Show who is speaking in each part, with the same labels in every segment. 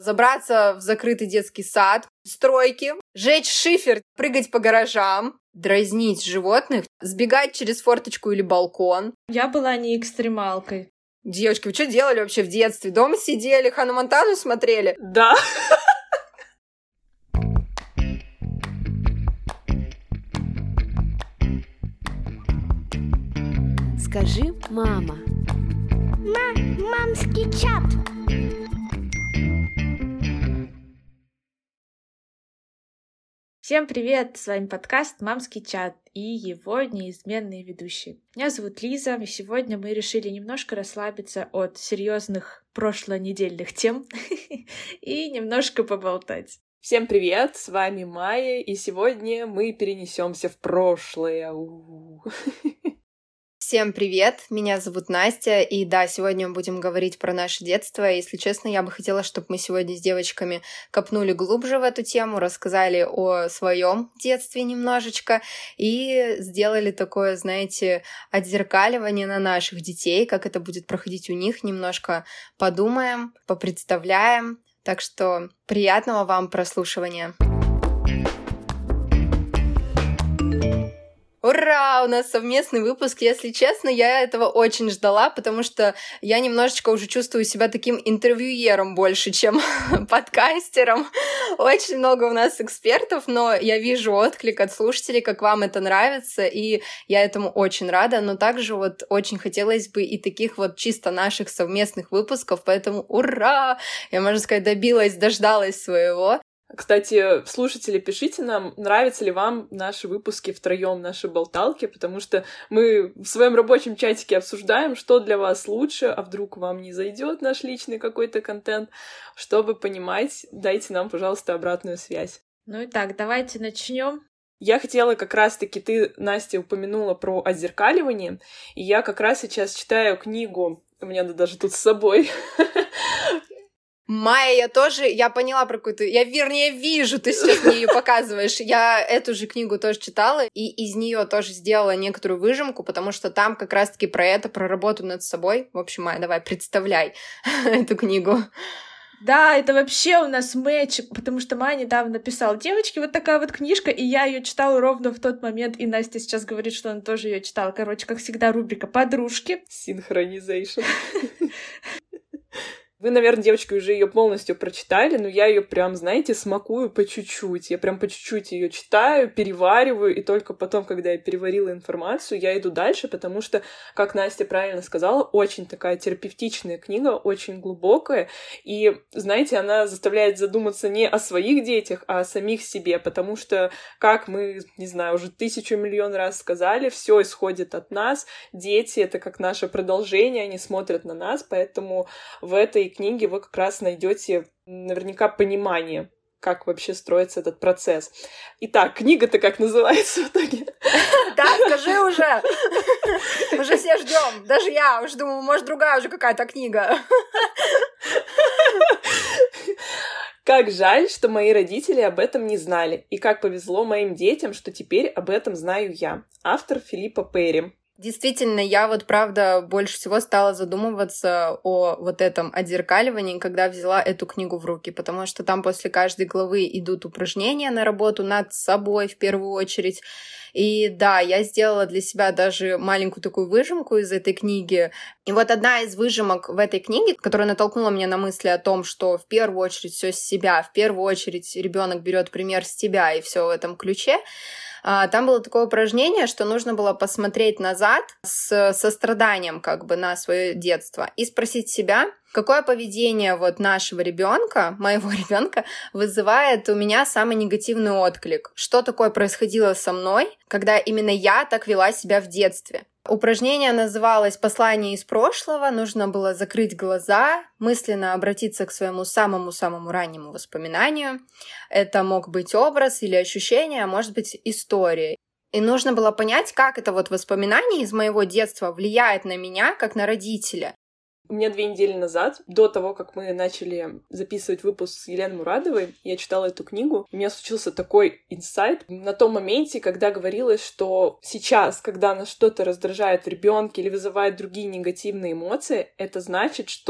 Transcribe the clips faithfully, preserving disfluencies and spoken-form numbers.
Speaker 1: забраться в закрытый детский сад, стройки, жечь шифер, прыгать по гаражам, дразнить животных, сбегать через форточку или балкон.
Speaker 2: Я была не экстремалкой.
Speaker 1: Девочки, вы что делали вообще в детстве? Дома сидели, Ханну Монтану смотрели?
Speaker 3: Да.
Speaker 4: Скажи, мама.
Speaker 5: На мамский чат.
Speaker 2: Всем привет! С вами подкаст «Мамский чат» и его неизменные ведущие. Меня зовут Лиза, и сегодня мы решили немножко расслабиться от серьезных прошлонедельных тем и немножко поболтать.
Speaker 3: Всем привет! С вами Майя, и сегодня мы перенесемся в прошлое. У-у-у.
Speaker 1: Всем привет, меня зовут Настя, и да, сегодня мы будем говорить про наше детство. Если честно, я бы хотела, чтобы мы сегодня с девочками копнули глубже в эту тему, рассказали о своем детстве немножечко и сделали такое, знаете, отзеркаливание на наших детей, как это будет проходить у них, немножко подумаем, попредставляем. Так что приятного вам прослушивания! Ура! У нас совместный выпуск. Если честно, я этого очень ждала, потому что я немножечко уже чувствую себя таким интервьюером больше, чем подкастером. Очень много у нас экспертов, но я вижу отклик от слушателей, как вам это нравится, и я этому очень рада. Но также вот очень хотелось бы и таких вот чисто наших совместных выпусков, поэтому ура! Я, можно сказать, добилась, дождалась своего.
Speaker 3: Кстати, слушатели, пишите нам, нравятся ли вам наши выпуски втроем, наши болталки, потому что мы в своем рабочем чатике обсуждаем, что для вас лучше, а вдруг вам не зайдет наш личный какой-то контент. Чтобы понимать, дайте нам, пожалуйста, обратную связь.
Speaker 2: Ну и так, давайте начнем.
Speaker 3: Я хотела как раз-таки, ты, Настя, упомянула про отзеркаливание, и я как раз сейчас читаю книгу, у меня даже тут с собой.
Speaker 1: Майя, я тоже, я поняла про какую-то, я, вернее, вижу, ты сейчас мне ее показываешь. Я эту же книгу тоже читала, и из нее тоже сделала некоторую выжимку, потому что там как раз-таки про это, про работу над собой. В общем, Майя, давай, представляй эту книгу.
Speaker 2: Да, это вообще у нас мэч, потому что Майя недавно написала: девочки, вот такая вот книжка, и я ее читала ровно в тот момент, и Настя сейчас говорит, что она тоже ее читала. Короче, как всегда, рубрика «Подружки».
Speaker 3: Синхронизейшн. Вы, наверное, девочки, уже ее полностью прочитали, но я ее прям, знаете, смакую по чуть-чуть. Я прям по чуть-чуть ее читаю, перевариваю, и только потом, когда я переварила информацию, я иду дальше, потому что, как Настя правильно сказала, очень такая терапевтичная книга, очень глубокая, и, знаете, она заставляет задуматься не о своих детях, а о самих себе, потому что, как мы, не знаю, уже тысячу миллион раз сказали, все исходит от нас, дети — это как наше продолжение, они смотрят на нас, поэтому в этой книге вы как раз найдете наверняка понимание, как вообще строится этот процесс. Итак, книга-то как называется в итоге?
Speaker 1: Да, скажи уже! Уже все ждем. Даже я уже думаю, может, другая уже какая-то книга.
Speaker 3: Как жаль, что мои родители об этом не знали, и как повезло моим детям, что теперь об этом знаю я. Автор Филиппа Перри.
Speaker 1: Действительно, я вот, правда, больше всего стала задумываться о вот этом отзеркаливании, когда взяла эту книгу в руки, потому что там после каждой главы идут упражнения на работу над собой в первую очередь. И да, я сделала для себя даже маленькую такую выжимку из этой книги. И вот одна из выжимок в этой книге, которая натолкнула меня на мысли о том, что в первую очередь все с себя, в первую очередь ребенок берет пример с тебя и все в этом ключе. Там было такое упражнение, что нужно было посмотреть назад с состраданием как бы на свое детство и спросить себя, какое поведение вот нашего ребенка, моего ребенка, вызывает у меня самый негативный отклик. Что такое происходило со мной, когда именно я так вела себя в детстве. Упражнение называлось «Послание из прошлого». Нужно было закрыть глаза, мысленно обратиться к своему самому-самому раннему воспоминанию. Это мог быть образ или ощущение, а может быть история. И нужно было понять, как это вот воспоминание из моего детства влияет на меня, как на родителя.
Speaker 3: У меня две недели назад, до того, как мы начали записывать выпуск с Еленой Мурадовой, я читала эту книгу, и у меня случился такой инсайт на том моменте, когда говорилось, что сейчас, когда нас что-то раздражает в ребенке или вызывает другие негативные эмоции, это значит, что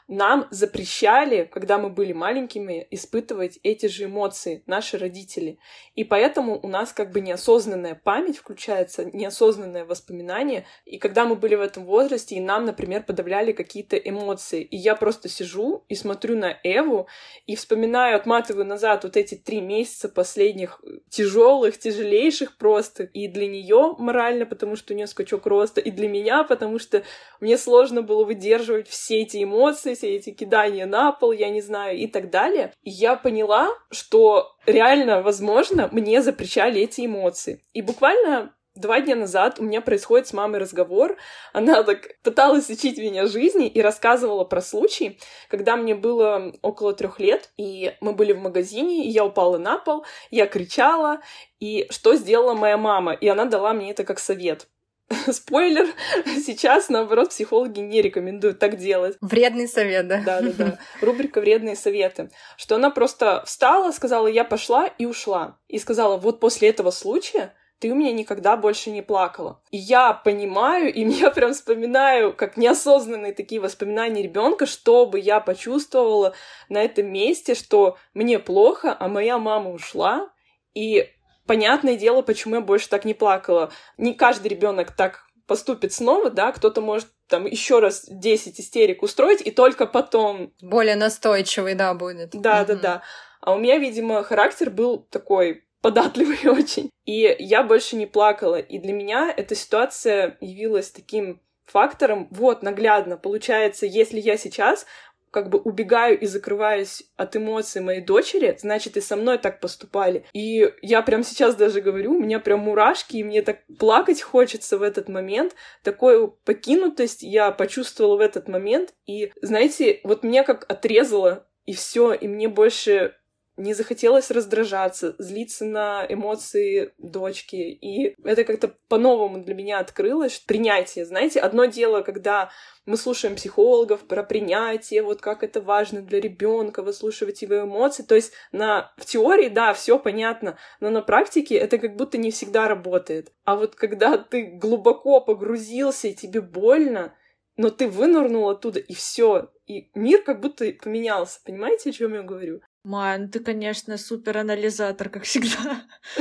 Speaker 3: нам запрещали, когда мы были маленькими, испытывать эти же эмоции, наши родители. И поэтому у нас как бы неосознанная память включается, неосознанное воспоминание. И когда мы были в этом возрасте, и нам, например, подавляли какие-то эмоции, и я просто сижу и смотрю на Эву, и вспоминаю, отматываю назад вот эти три месяца последних тяжелых, тяжелейших просто. И для нее морально, потому что у нее скачок роста, и для меня, потому что мне сложно было выдерживать все эти эмоции, все эти кидания на пол, я не знаю, и так далее. И я поняла, что реально, возможно, мне запрещали эти эмоции. И буквально два дня назад у меня происходит с мамой разговор. Она так пыталась учить меня жизни и рассказывала про случай, когда мне было около трех лет, и мы были в магазине, и я упала на пол, я кричала, и что сделала моя мама? И она дала мне это как совет. Спойлер, сейчас, наоборот, психологи не рекомендуют так делать.
Speaker 1: Вредный совет, да?
Speaker 3: Да-да-да. Рубрика «Вредные советы». Что она просто встала, сказала, я пошла и ушла. И сказала, вот после этого случая ты у меня никогда больше не плакала. И я понимаю, и я прям вспоминаю, как неосознанные такие воспоминания ребенка, что бы я почувствовала на этом месте, что мне плохо, а моя мама ушла, и понятное дело, почему я больше так не плакала. Не каждый ребенок так поступит снова, да, кто-то может там еще раз десять истерик устроить, и только потом...
Speaker 1: Более настойчивый, да, будет.
Speaker 3: Да-да-да. А у меня, видимо, характер был такой податливый очень. И я больше не плакала. И для меня эта ситуация явилась таким фактором, вот, наглядно. Получается, если я сейчас как бы убегаю и закрываюсь от эмоций моей дочери, значит, и со мной так поступали. И я прям сейчас даже говорю, у меня прям мурашки, и мне так плакать хочется в этот момент. Такую покинутость я почувствовала в этот момент. И, знаете, вот меня как отрезало, и все, и мне больше не захотелось раздражаться, злиться на эмоции дочки. И это как-то по-новому для меня открылось. Принятие, знаете, одно дело, когда мы слушаем психологов про принятие, вот как это важно для ребенка, выслушивать его эмоции. То есть на... в теории, да, все понятно, но на практике это как будто не всегда работает. А вот когда ты глубоко погрузился, и тебе больно, но ты вынырнул оттуда, и все, и мир как будто поменялся. Понимаете, о чем я говорю?
Speaker 2: Ман, ты, конечно, суперанализатор, как всегда.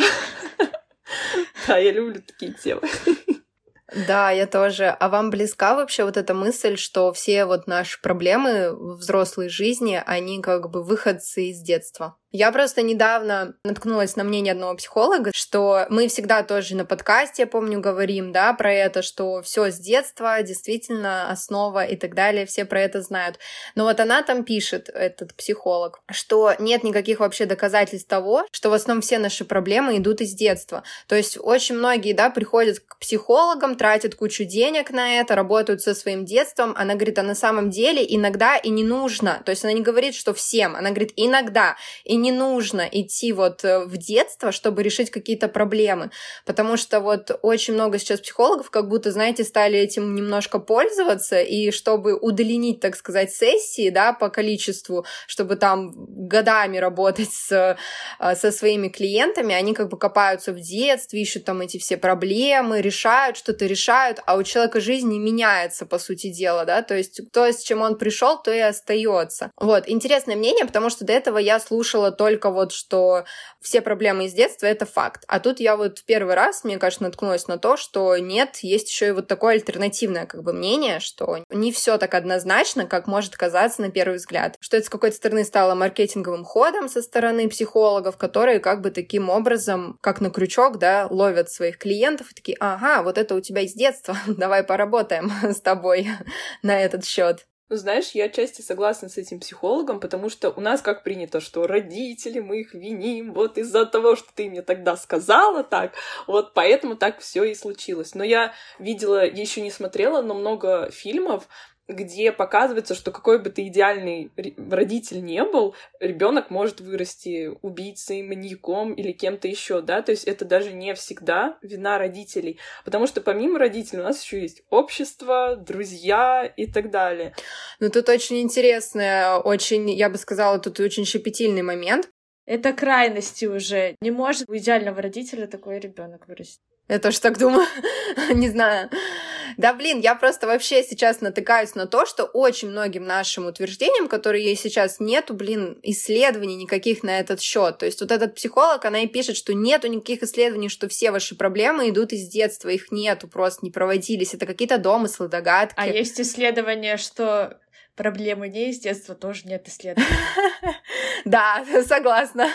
Speaker 3: Да, я люблю такие темы.
Speaker 1: Да, я тоже. А вам близка вообще вот эта мысль, что все вот наши проблемы в взрослой жизни, они как бы выходцы из детства? Я просто недавно наткнулась на мнение одного психолога, что мы всегда тоже на подкасте, я помню, говорим, да, про это, что все с детства, действительно основа и так далее, все про это знают. Но вот она там пишет, этот психолог, что нет никаких вообще доказательств того, что в основном все наши проблемы идут из детства. То есть очень многие, да, приходят к психологам, тратят кучу денег на это, работают со своим детством. Она говорит, а на самом деле иногда и не нужно. То есть она не говорит, что всем, она говорит, иногда. И не нужно идти вот в детство, чтобы решить какие-то проблемы, потому что вот очень много сейчас психологов как будто, знаете, стали этим немножко пользоваться, и чтобы удлинить, так сказать, сессии, да, по количеству, чтобы там годами работать с, со своими клиентами, они как бы копаются в детстве, ищут там эти все проблемы, решают, что-то решают, а у человека жизнь не меняется, по сути дела, да, то есть то, с чем он пришел, то и остается. Вот, интересное мнение, потому что до этого я слушала только вот, что все проблемы из детства — это факт. А тут я вот в первый раз, мне кажется, наткнулась на то, что нет, есть еще и вот такое альтернативное как бы мнение, что не все так однозначно, как может казаться на первый взгляд. Что это с какой-то стороны стало маркетинговым ходом со стороны психологов, которые как бы таким образом, как на крючок, да, ловят своих клиентов и такие, ага, вот это у тебя из детства, давай поработаем с тобой на этот счет.
Speaker 3: Ну, знаешь, я отчасти согласна с этим психологом, потому что у нас как принято, что родители, мы их виним, вот из-за того, что ты мне тогда сказала так, вот поэтому так все и случилось. Но я видела, я еще не смотрела, но много фильмов, где показывается, что какой бы ты идеальный родитель не был, ребенок может вырасти убийцей, маньяком или кем-то еще, да, то есть это даже не всегда вина родителей, потому что помимо родителей у нас еще есть общество, друзья и так далее.
Speaker 1: Ну, тут очень интересный, очень, я бы сказала, тут очень щепетильный момент.
Speaker 2: Это крайности уже. Не может у идеального родителя такой ребенок вырасти.
Speaker 1: Я тоже так думаю. Не знаю. Да, блин, я просто вообще сейчас натыкаюсь на то, что очень многим нашим утверждениям, которые есть сейчас, нету, блин, исследований никаких на этот счет. То есть вот этот психолог, она и пишет, что нету никаких исследований, что все ваши проблемы идут из детства, их нету, просто не проводились. Это какие-то домыслы, догадки.
Speaker 2: А есть исследования, что проблемы не из детства, тоже нет исследований.
Speaker 1: Да, согласна.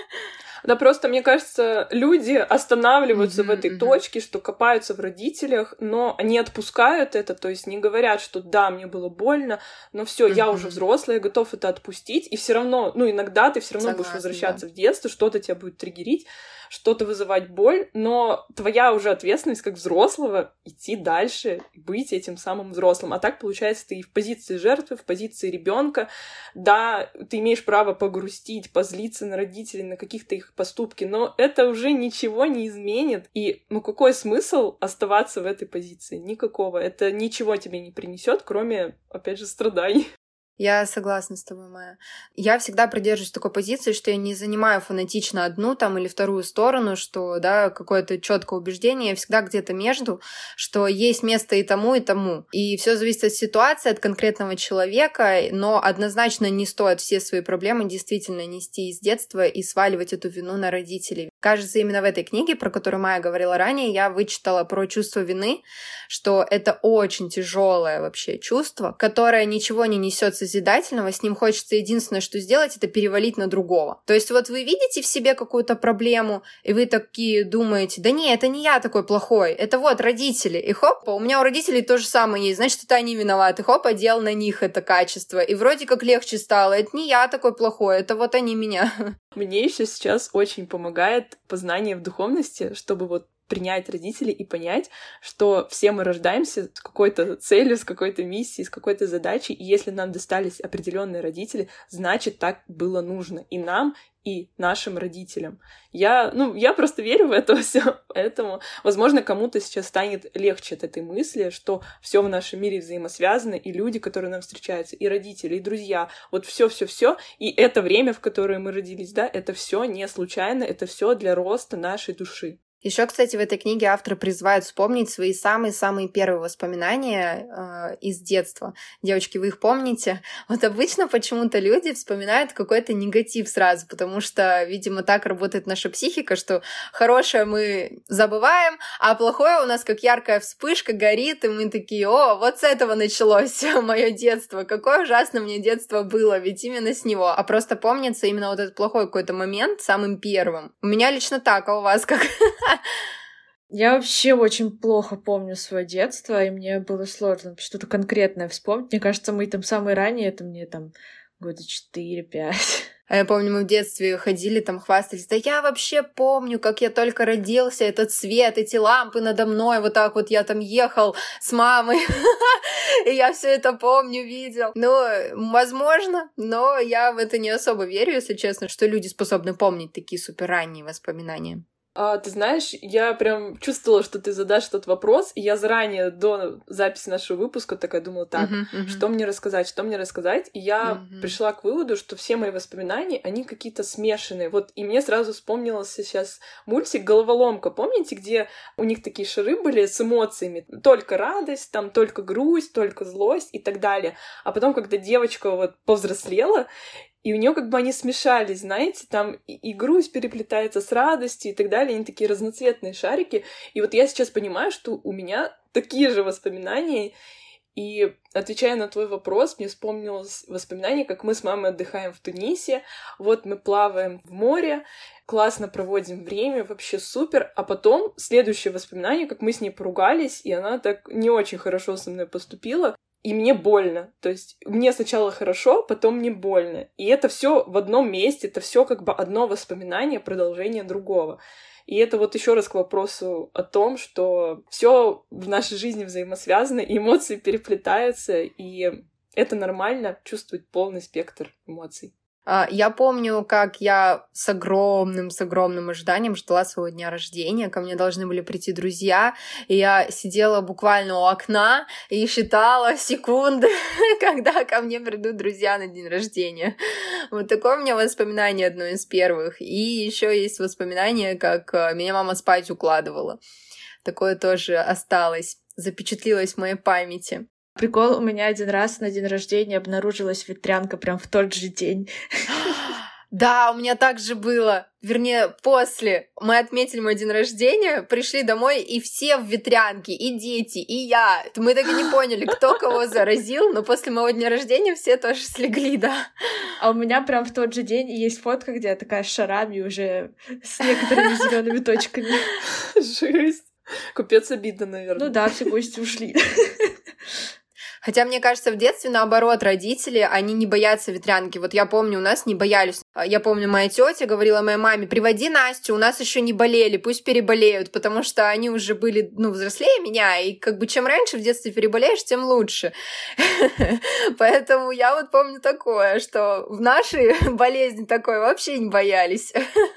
Speaker 3: Да, просто, мне кажется, люди останавливаются
Speaker 1: Mm-hmm,
Speaker 3: в этой
Speaker 1: mm-hmm.
Speaker 3: точке, что копаются в родителях, но они отпускают это, то есть не говорят, что да, мне было больно, но все, mm-hmm. я уже взрослая, я готов это отпустить, и все равно, ну, иногда ты все равно Согласна, будешь возвращаться да. в детство, что-то тебя будет триггерить, что-то вызывать боль, но твоя уже ответственность как взрослого идти дальше и быть этим самым взрослым. А так, получается, ты и в позиции жертвы, в позиции ребенка. Да, ты имеешь право погрустить, позлиться на родителей, на каких-то их поступки, но это уже ничего не изменит. И, ну, какой смысл оставаться в этой позиции? Никакого. Это ничего тебе не принесет, кроме, опять же, страданий.
Speaker 1: Я согласна с тобой, Майя. Я всегда придерживаюсь такой позиции, что я не занимаю фанатично одну там или вторую сторону, что, да, какое-то четкое убеждение, я всегда где-то между, что есть место и тому, и тому. И все зависит от ситуации, от конкретного человека, но однозначно не стоит все свои проблемы действительно нести из детства и сваливать эту вину на родителей. Кажется, именно в этой книге, про которую Майя говорила ранее, я вычитала про чувство вины, что это очень тяжелое вообще чувство, которое ничего не несет созидательного, с ним хочется единственное, что сделать, это перевалить на другого. То есть вот вы видите в себе какую-то проблему, и вы такие думаете, да не, это не я такой плохой, это вот родители. И хоп, у меня у родителей то же самое есть, значит, это они виноваты. Хоп, одел на них это качество. И вроде как легче стало, это не я такой плохой, это вот они меня.
Speaker 3: Мне еще сейчас очень помогает познание в духовности, чтобы вот принять родителей и понять, что все мы рождаемся с какой-то целью, с какой-то миссией, с какой-то задачей, и если нам достались определенные родители, значит, так было нужно и нам, и нашим родителям. Я, ну, я просто верю в это все, поэтому, возможно, кому-то сейчас станет легче от этой мысли, что все в нашем мире взаимосвязано, и люди, которые нам встречаются, и родители, и друзья, вот все-все-все, и это время, в которое мы родились, да, это все не случайно, это все для роста нашей души.
Speaker 1: Еще, кстати, в этой книге автор призывает вспомнить свои самые-самые первые воспоминания э, из детства. Девочки, вы их помните? Вот обычно почему-то люди вспоминают какой-то негатив сразу, потому что, видимо, так работает наша психика, что хорошее мы забываем, а плохое у нас как яркая вспышка горит, и мы такие, о, вот с этого началось мое детство, какое ужасное мне детство было, ведь именно с него. А просто помнится именно вот этот плохой какой-то момент самым первым. У меня лично так, а у вас как?
Speaker 2: Я вообще очень плохо помню свое детство, и мне было сложно что-то конкретное вспомнить. Мне кажется, мы там самые ранние, это мне там года четыре-пять.
Speaker 1: А я помню, мы в детстве ходили, там хвастались. Да я вообще помню, как я только родился, этот свет, эти лампы надо мной, вот так вот я там ехал с мамой, и я все это помню, видел. Ну, возможно, но я в это не особо верю, если честно, что люди способны помнить такие суперранние воспоминания.
Speaker 3: А, ты знаешь, я прям чувствовала, что ты задашь этот вопрос, и я заранее до записи нашего выпуска такая думала, так, uh-huh, uh-huh. что мне рассказать, что мне рассказать, и я uh-huh. пришла к выводу, что все мои воспоминания, они какие-то смешанные, вот, и мне сразу вспомнился сейчас мультик «Головоломка», помните, где у них такие шары были с эмоциями, только радость, там, только грусть, только злость и так далее, а потом, когда девочка вот повзрослела, и у нее как бы они смешались, знаете, там и, и грусть переплетается с радостью и так далее, они такие разноцветные шарики. И вот я сейчас понимаю, что у меня такие же воспоминания. И отвечая на твой вопрос, мне вспомнилось воспоминание, как мы с мамой отдыхаем в Тунисе, вот мы плаваем в море, классно проводим время, вообще супер. А потом следующее воспоминание, как мы с ней поругались, и она так не очень хорошо со мной поступила. И мне больно. То есть мне сначала хорошо, потом мне больно. И это все в одном месте, это все как бы одно воспоминание, продолжение другого. И это вот еще раз к вопросу о том, что все в нашей жизни взаимосвязано, и эмоции переплетаются, и это нормально чувствовать полный спектр эмоций.
Speaker 1: Я помню, как я с огромным, с огромным ожиданием ждала своего дня рождения. Ко мне должны были прийти друзья, и я сидела буквально у окна и считала секунды, когда ко мне придут друзья на день рождения. Вот такое у меня воспоминание одно из первых. И еще есть воспоминание, как меня мама спать укладывала. Такое тоже осталось, запечатлилось в моей памяти.
Speaker 2: Прикол, у меня один раз на день рождения обнаружилась ветрянка прям в тот же день.
Speaker 1: Да, у меня так же было. Вернее, после. Мы отметили мой день рождения, пришли домой, и все в ветрянке, и дети, и я. Мы так и не поняли, кто кого заразил, но после моего дня рождения все тоже слегли, да.
Speaker 2: А у меня прям в тот же день есть фотка, где я такая с шарами уже, с некоторыми зелеными точками.
Speaker 3: Жесть. Купец обидно, наверное.
Speaker 2: Ну да, все гости ушли.
Speaker 1: Хотя, мне кажется, в детстве, наоборот, родители, они не боятся ветрянки. Вот я помню, у нас не боялись. Я помню, моя тетя говорила моей маме: приводи Настю, у нас еще не болели, пусть переболеют, потому что они уже были, ну, взрослее меня, и как бы чем раньше в детстве переболеешь, тем лучше. Поэтому я вот помню такое, что в нашей болезни такой вообще не боялись.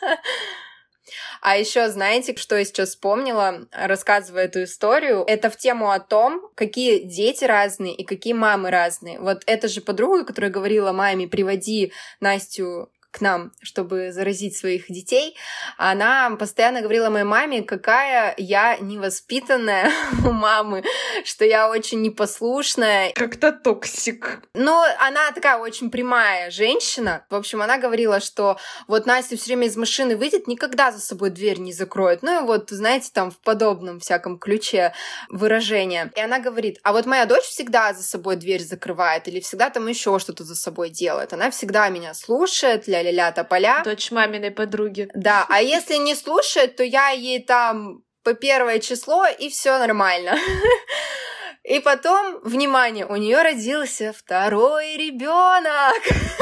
Speaker 1: А еще знаете, что я сейчас вспомнила, рассказывая эту историю? Это в тему о том, какие дети разные и какие мамы разные. Вот эта же подруга, которая говорила маме: приводи Настю к нам, чтобы заразить своих детей, она постоянно говорила моей маме, какая я невоспитанная у мамы, что я очень непослушная.
Speaker 2: Как-то токсик.
Speaker 1: Ну, она такая очень прямая женщина. В общем, она говорила, что вот Настя все время из машины выйдет, никогда за собой дверь не закроет. Ну и вот, знаете, там в подобном всяком ключе выражения. И она говорит: а вот моя дочь всегда за собой дверь закрывает или всегда там еще что-то за собой делает. Она всегда меня слушает, ля-ля-ля, тополя.
Speaker 2: Дочь маминой подруги.
Speaker 1: Да, а если не слушает, то я ей там по первое число, и все нормально. И потом, внимание, у нее родился второй ребенок,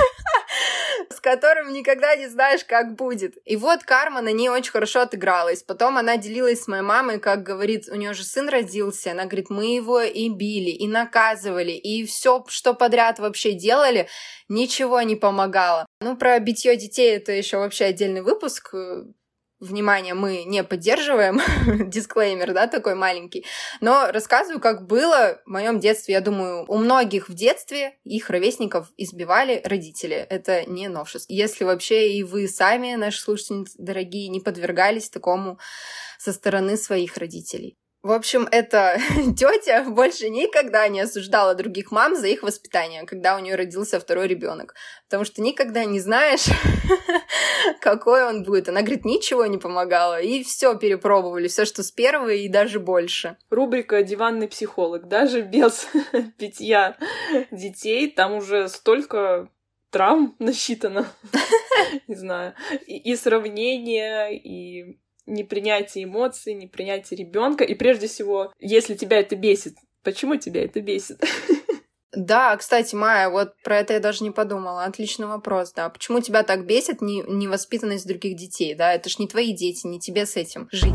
Speaker 1: с которым никогда не знаешь, как будет. И вот карма на ней очень хорошо отыгралась. Потом она делилась с моей мамой, как говорит, у нее же сын родился. Она говорит: мы его и били, и наказывали, и все, что подряд вообще делали, ничего не помогало. Ну, про битье детей это еще вообще отдельный выпуск. Внимание, мы не поддерживаем, дисклеймер, да, такой маленький, но рассказываю, как было в моем детстве. Я думаю, у многих в детстве их ровесников избивали родители. Это не новшество. Если вообще и вы сами, наши слушатели дорогие, не подвергались такому со стороны своих родителей. В общем, эта тетя больше никогда не осуждала других мам за их воспитание, когда у нее родился второй ребенок, потому что никогда не знаешь, какой он будет. Она говорит, ничего не помогало, и все перепробовали, все, что с первого, и даже больше.
Speaker 3: Рубрика «Диванный психолог». Даже без питья детей там уже столько травм насчитано, не знаю, и сравнения, и непринятие эмоций, непринятие ребенка. И прежде всего, если тебя это бесит, почему тебя это бесит?
Speaker 1: Да, кстати, Майя, вот про это я даже не подумала. Отличный вопрос, да. Почему тебя так бесит невоспитанность других детей, да? Это ж не твои дети, не тебе с этим жить.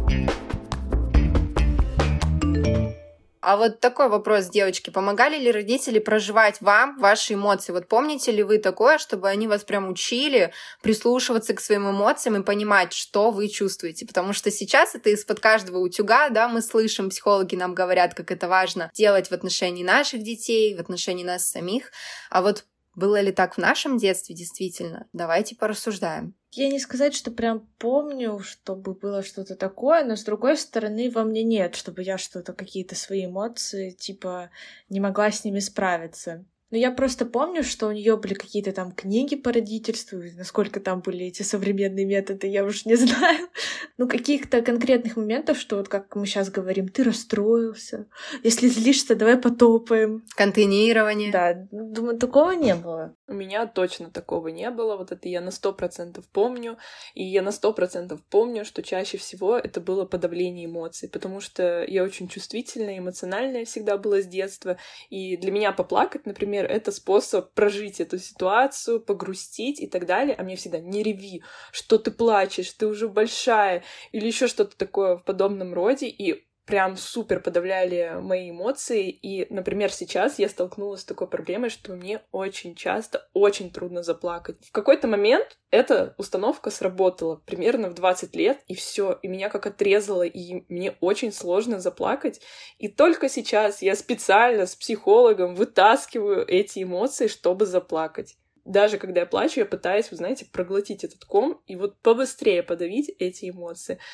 Speaker 1: А вот такой вопрос, девочки. Помогали ли родители проживать вам ваши эмоции? Вот помните ли вы такое, чтобы они вас прям учили прислушиваться к своим эмоциям и понимать, что вы чувствуете? Потому что сейчас это из-под каждого утюга, да, мы слышим, психологи нам говорят, как это важно делать в отношении наших детей, в отношении нас самих. А вот было ли так в нашем детстве действительно? Давайте порассуждаем.
Speaker 2: Я не сказать, что прям помню, чтобы было что-то такое, но с другой стороны во мне нет, чтобы я что-то, какие-то свои эмоции, типа, не могла с ними справиться. Но я просто помню, что у нее были какие-то там книги по родительству, насколько там были эти современные методы, я уж не знаю. Ну, каких-то конкретных моментов, что вот как мы сейчас говорим, ты расстроился, если злишься, давай потопаем.
Speaker 1: Контейнирование.
Speaker 2: Да, думаю, такого не было.
Speaker 3: У меня точно такого не было, вот это я на сто процентов помню, и я на сто процентов помню, что чаще всего это было подавление эмоций, потому что я очень чувствительная, эмоциональная всегда была с детства, и для меня поплакать, например, это способ прожить эту ситуацию, погрустить и так далее, а мне всегда: не реви, что ты плачешь, ты уже большая, или еще что-то такое в подобном роде, и прям супер подавляли мои эмоции. И, например, сейчас я столкнулась с такой проблемой, что мне очень часто очень трудно заплакать. В какой-то момент эта установка сработала примерно в двадцать лет, и все, и меня как отрезало, и мне очень сложно заплакать. И только сейчас я специально с психологом вытаскиваю эти эмоции, чтобы заплакать. Даже когда я плачу, я пытаюсь, вы знаете, проглотить этот ком и вот побыстрее подавить эти эмоции.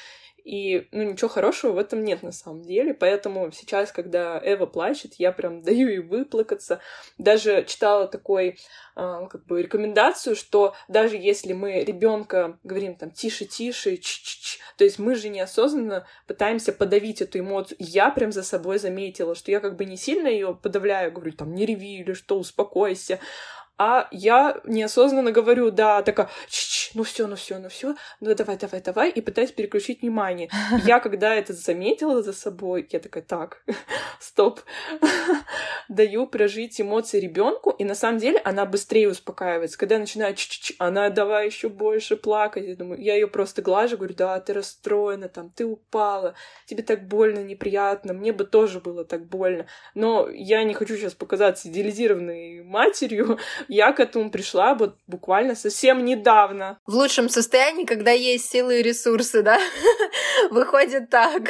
Speaker 3: И, ну, ничего хорошего в этом нет на самом деле. Поэтому сейчас, когда Эва плачет, я прям даю ей выплакаться. Даже читала такой, э, как бы, рекомендацию, что даже если мы ребенка говорим там тише-тише, ч-ч-ч, то есть мы же неосознанно пытаемся подавить эту эмоцию. Я прям за собой заметила, что я как бы не сильно ее подавляю, говорю, там, не реви или что, успокойся. А я неосознанно говорю, да, такая, ч-ч, ну все, ну все, ну все, ну давай, давай, давай, и пытаюсь переключить внимание. Я, когда это заметила за собой, я такая, так, стоп, даю прожить эмоции ребенку, и на самом деле она быстрее успокаивается. Когда я начинаю ч-ч, она давай еще больше плакать, я думаю, я ее просто глажу, говорю, да, ты расстроена, там, ты упала, тебе так больно, неприятно, мне бы тоже было так больно, но я не хочу сейчас показаться идеализированной матерью. Я к этому пришла вот буквально совсем недавно.
Speaker 1: В лучшем состоянии, когда есть силы и ресурсы, да? Выходит так.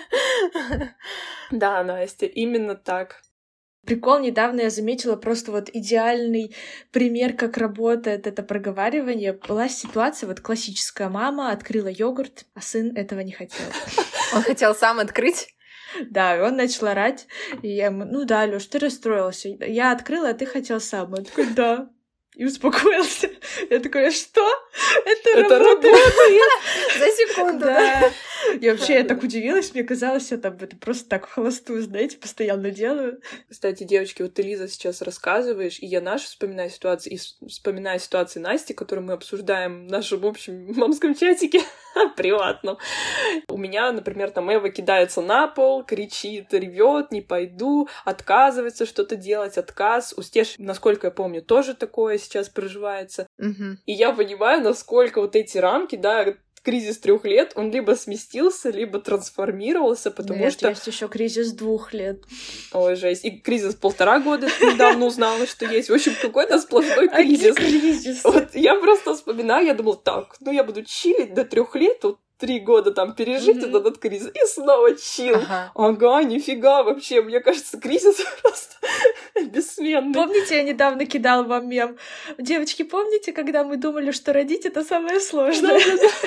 Speaker 3: Да, Настя, именно так.
Speaker 2: Прикол, недавно я заметила просто вот идеальный пример, как работает это проговаривание. Была ситуация, вот классическая мама открыла йогурт, а сын этого не хотел.
Speaker 1: Он хотел сам открыть?
Speaker 2: Да, и он начал орать, и я ему, ну да, Лёш, ты расстроился. Я открыла, а ты хотел сам. Он такой, да. И успокоился. Я такая, что? Это,
Speaker 3: Это
Speaker 2: работает?
Speaker 1: За секунду, да.
Speaker 2: И вообще я так удивилась, мне казалось, я там это просто так в холостую, знаете, постоянно делаю.
Speaker 3: Кстати, девочки, вот ты, Лиза, сейчас рассказываешь, и я наши вспоминаю ситуации, и вспоминаю ситуации Насти, которую мы обсуждаем в нашем общем мамском чатике, приватном. У меня, например, там Эва кидается на пол, кричит, ревет, не пойду, отказывается что-то делать, отказ. У Стеши, насколько я помню, тоже такое сейчас проживается.
Speaker 1: Угу.
Speaker 3: И я понимаю, насколько вот эти рамки, да, кризис трех лет, он либо сместился, либо трансформировался, потому
Speaker 2: Нет,
Speaker 3: что...
Speaker 2: есть еще кризис двух лет.
Speaker 3: Ой, жесть. И кризис полтора года недавно узнала, что есть. В общем, какой-то сплошной кризис.
Speaker 2: кризис.
Speaker 3: Вот я просто вспоминаю, я думала, так, ну я буду чилить до трех лет, вот три года там пережить mm-hmm. этот кризис, и снова чил. Ага. ага, нифига вообще, мне кажется, кризис просто бессменный.
Speaker 2: Помните, я недавно кидала вам мем? Девочки, помните, когда мы думали, что родить — это самое сложное?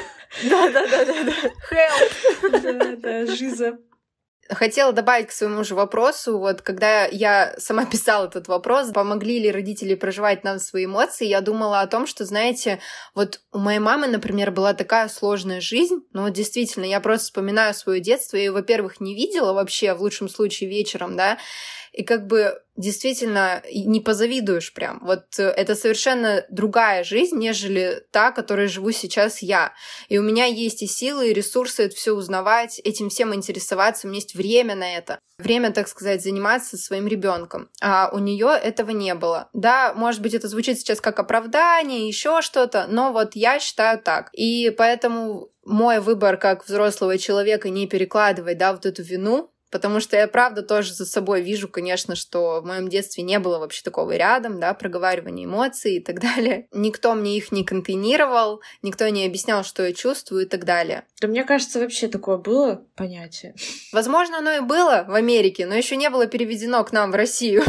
Speaker 1: Да-да-да. Help!
Speaker 2: Да-да, жиза.
Speaker 1: Хотела добавить к своему же вопросу, вот когда я сама писала этот вопрос, помогли ли родители проживать нам свои эмоции, я думала о том, что, знаете, вот у моей мамы, например, была такая сложная жизнь, но вот действительно, я просто вспоминаю свое детство, я ее, во-первых, не видела вообще, в лучшем случае вечером, да, и как бы действительно не позавидуешь прям. Вот это совершенно другая жизнь, нежели та, которой живу сейчас я. И у меня есть и силы, и ресурсы это все узнавать, этим всем интересоваться, у меня есть время на это. Время, так сказать, заниматься своим ребенком. А у нее этого не было. Да, может быть, это звучит сейчас как оправдание, еще что-то, но вот я считаю так. И поэтому мой выбор как взрослого человека не перекладывать, да, вот эту вину, потому что я, правда, тоже за собой вижу, конечно, что в моем детстве не было вообще такого рядом, да, проговаривания эмоций и так далее. Никто мне их не контейнировал, никто не объяснял, что я чувствую и так далее.
Speaker 2: Да мне кажется, вообще такое было понятие.
Speaker 1: Возможно, оно и было в Америке, но еще не было переведено к нам в Россию.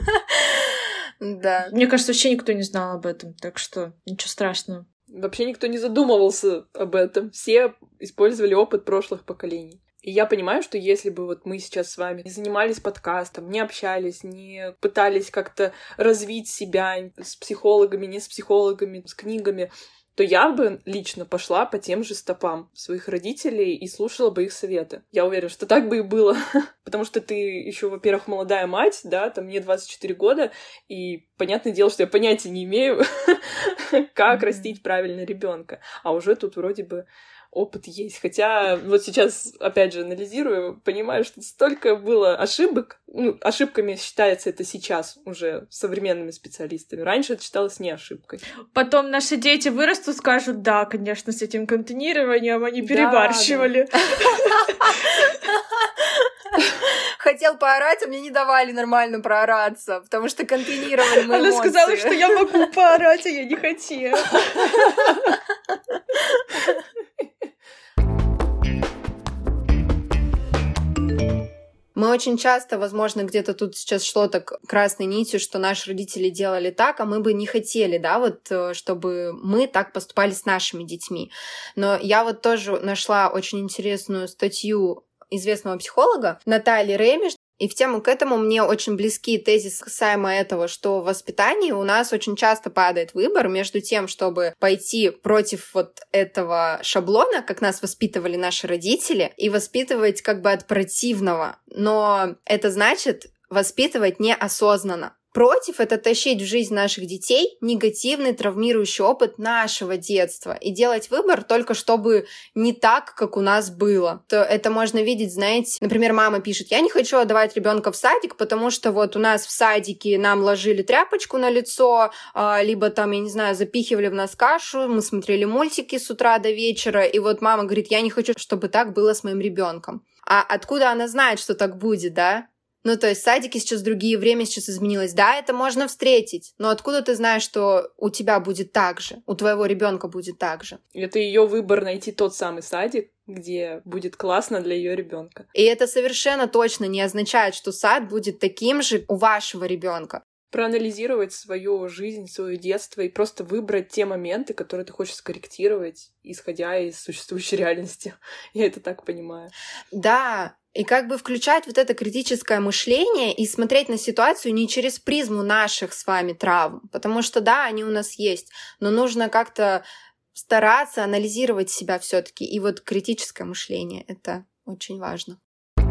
Speaker 1: Да.
Speaker 2: Мне кажется, вообще никто не знал об этом, так что ничего страшного.
Speaker 3: Вообще никто не задумывался об этом. Все использовали опыт прошлых поколений. И я понимаю, что если бы вот мы сейчас с вами не занимались подкастом, не общались, не пытались как-то развить себя с психологами, не с психологами, с книгами, то я бы лично пошла по тем же стопам своих родителей и слушала бы их советы. Я уверена, что так бы и было. Потому что ты еще, во-первых, молодая мать, да, там мне двадцать четыре года, и понятное дело, что я понятия не имею, как растить правильно ребенка. А уже тут вроде бы опыт есть. Хотя вот сейчас, опять же, анализирую, понимаю, что столько было ошибок. Ну, ошибками считается это сейчас уже современными специалистами. Раньше это считалось не ошибкой.
Speaker 2: Потом наши дети вырастут, скажут, да, конечно, с этим контейнированием они перебарщивали.
Speaker 1: Хотел поорать, а мне не давали нормально проораться, потому что контейнировали мои эмоции.
Speaker 2: Она сказала, что я могу поорать, а я не хотела.
Speaker 1: Мы Мы очень часто, возможно, где-то тут сейчас шло так красной нитью, что наши родители делали так, а мы бы не хотели, да, вот, чтобы мы так поступали с нашими детьми. Но я вот тоже нашла очень интересную статью известного психолога Натальи Ремеш, и в тему к этому мне очень близки тезисы касаемо этого, что в воспитании у нас очень часто падает выбор между тем, чтобы пойти против вот этого шаблона, как нас воспитывали наши родители, и воспитывать как бы от противного. Но это значит воспитывать неосознанно. Против — это тащить в жизнь наших детей негативный травмирующий опыт нашего детства и делать выбор только чтобы не так, как у нас было. То это можно видеть, знаете, например, мама пишет: я не хочу отдавать ребенка в садик, потому что вот у нас в садике нам ложили тряпочку на лицо, либо там, я не знаю, запихивали в нас кашу, мы смотрели мультики с утра до вечера, и вот мама говорит: я не хочу, чтобы так было с моим ребенком. А откуда она знает, что так будет, да? Ну, то есть садики сейчас другие, время сейчас изменилось. Да, это можно встретить, но откуда ты знаешь, что у тебя будет так же, у твоего ребенка будет так же?
Speaker 3: Это ее выбор найти тот самый садик, где будет классно для ее ребенка.
Speaker 1: И это совершенно точно не означает, что сад будет таким же у вашего ребенка.
Speaker 3: Проанализировать свою жизнь, свое детство и просто выбрать те моменты, которые ты хочешь скорректировать, исходя из существующей реальности. Я это так понимаю.
Speaker 1: Да. И как бы включать вот это критическое мышление и смотреть на ситуацию не через призму наших с вами травм, потому что да, они у нас есть, но нужно как-то стараться анализировать себя все-таки. И вот критическое мышление — это очень важно.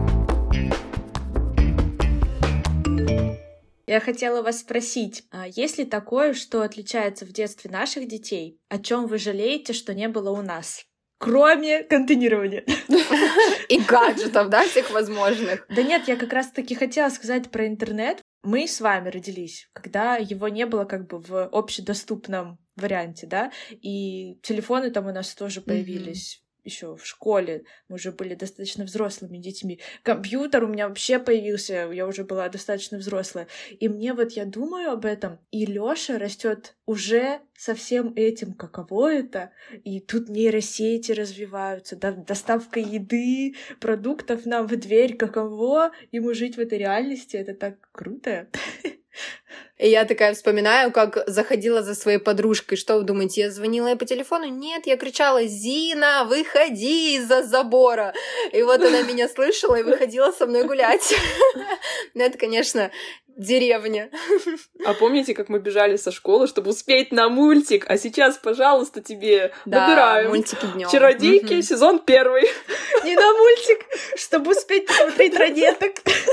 Speaker 2: Я хотела вас спросить, а есть ли такое, что отличается в детстве наших детей, о чем вы жалеете, что не было у нас? Кроме контейнирования.
Speaker 1: И гаджетов, да, всех возможных.
Speaker 2: Да нет, я как раз-таки хотела сказать про интернет. Мы с вами родились, когда его не было как бы в общедоступном варианте, да, и телефоны там у нас тоже появились. Еще в школе, мы уже были достаточно взрослыми детьми. Компьютер у меня вообще появился, я уже была достаточно взрослая. И мне вот, я думаю об этом, и Лёша растет уже со всем этим, каково это. И тут нейросети развиваются, да, доставка еды, продуктов нам в дверь, каково ему жить в этой реальности, это так круто.
Speaker 1: И я такая вспоминаю, как заходила за своей подружкой. Что вы думаете, я звонила ей по телефону? Нет, я кричала: «Зина, выходи из-за забора!» И вот она меня слышала и выходила со мной гулять. Ну, это, конечно, деревня.
Speaker 3: А помните, как мы бежали со школы, чтобы успеть на мультик? А сейчас, пожалуйста, тебе
Speaker 1: да,
Speaker 3: набираем.
Speaker 1: Мультики днем.
Speaker 3: «Чародейки», угу. Сезон первый.
Speaker 2: Не на мультик, чтобы успеть посмотреть «Ранеток».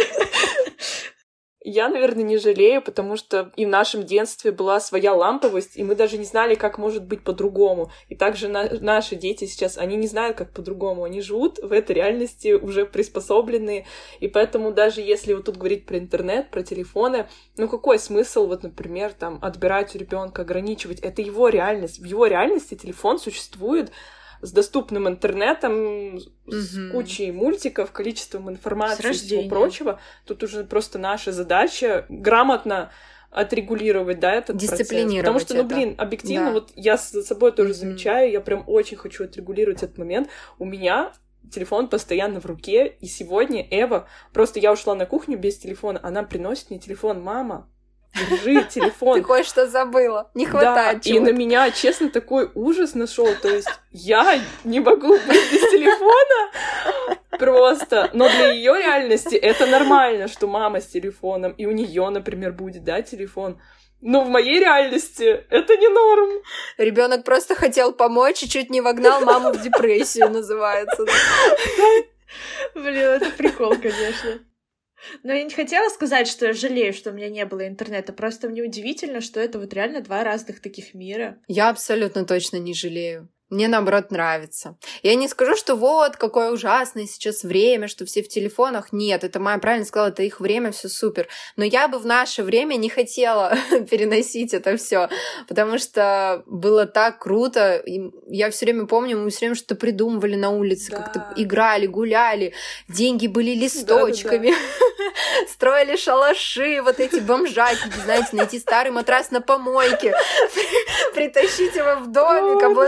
Speaker 3: Я, наверное, не жалею, потому что и в нашем детстве была своя ламповость, и мы даже не знали, как может быть по-другому. И также на- наши дети сейчас, они не знают, как по-другому. Они живут в этой реальности уже приспособленные. И поэтому даже если вот тут говорить про интернет, про телефоны, ну какой смысл, вот, например, там, отбирать у ребенка, ограничивать? Это его реальность. В его реальности телефон существует с доступным интернетом, mm-hmm. с кучей мультиков, количеством информации и всего прочего. Тут уже просто наша задача грамотно отрегулировать, да, этот процесс. Потому что, ну, блин, объективно, да. Вот я за собой тоже mm-hmm. замечаю, я прям очень хочу отрегулировать этот момент. У меня телефон постоянно в руке, и сегодня Эва, просто я ушла на кухню без телефона, она приносит мне телефон: «Мама, держи телефон».
Speaker 1: Ты кое-что забыла. Не хватает
Speaker 3: да, чего-то. И на меня, честно, такой ужас нашел. То есть я не могу быть без телефона просто. Но для ее реальности это нормально, что мама с телефоном, и у нее, например, будет, да, телефон. Но в моей реальности это не норм.
Speaker 1: Ребенок просто хотел помочь и чуть не вогнал маму в депрессию, называется.
Speaker 2: Блин, это прикол, конечно. Но я не хотела сказать, что я жалею, что у меня не было интернета. Просто мне удивительно, что это вот реально два разных таких мира.
Speaker 1: Я абсолютно точно не жалею. Мне, наоборот, нравится. Я не скажу, что вот, какое ужасное сейчас время, что все в телефонах. Нет, это Майя правильно сказала, это их время, все супер. Но я бы в наше время не хотела переносить это все, потому что было так круто. И я все время помню, мы все время что-то придумывали на улице, да. Как-то играли, гуляли, деньги были листочками, да, да, да. Строили шалаши, вот эти бомжаки, знаете, найти старый матрас на помойке, притащить его в домик, обложить все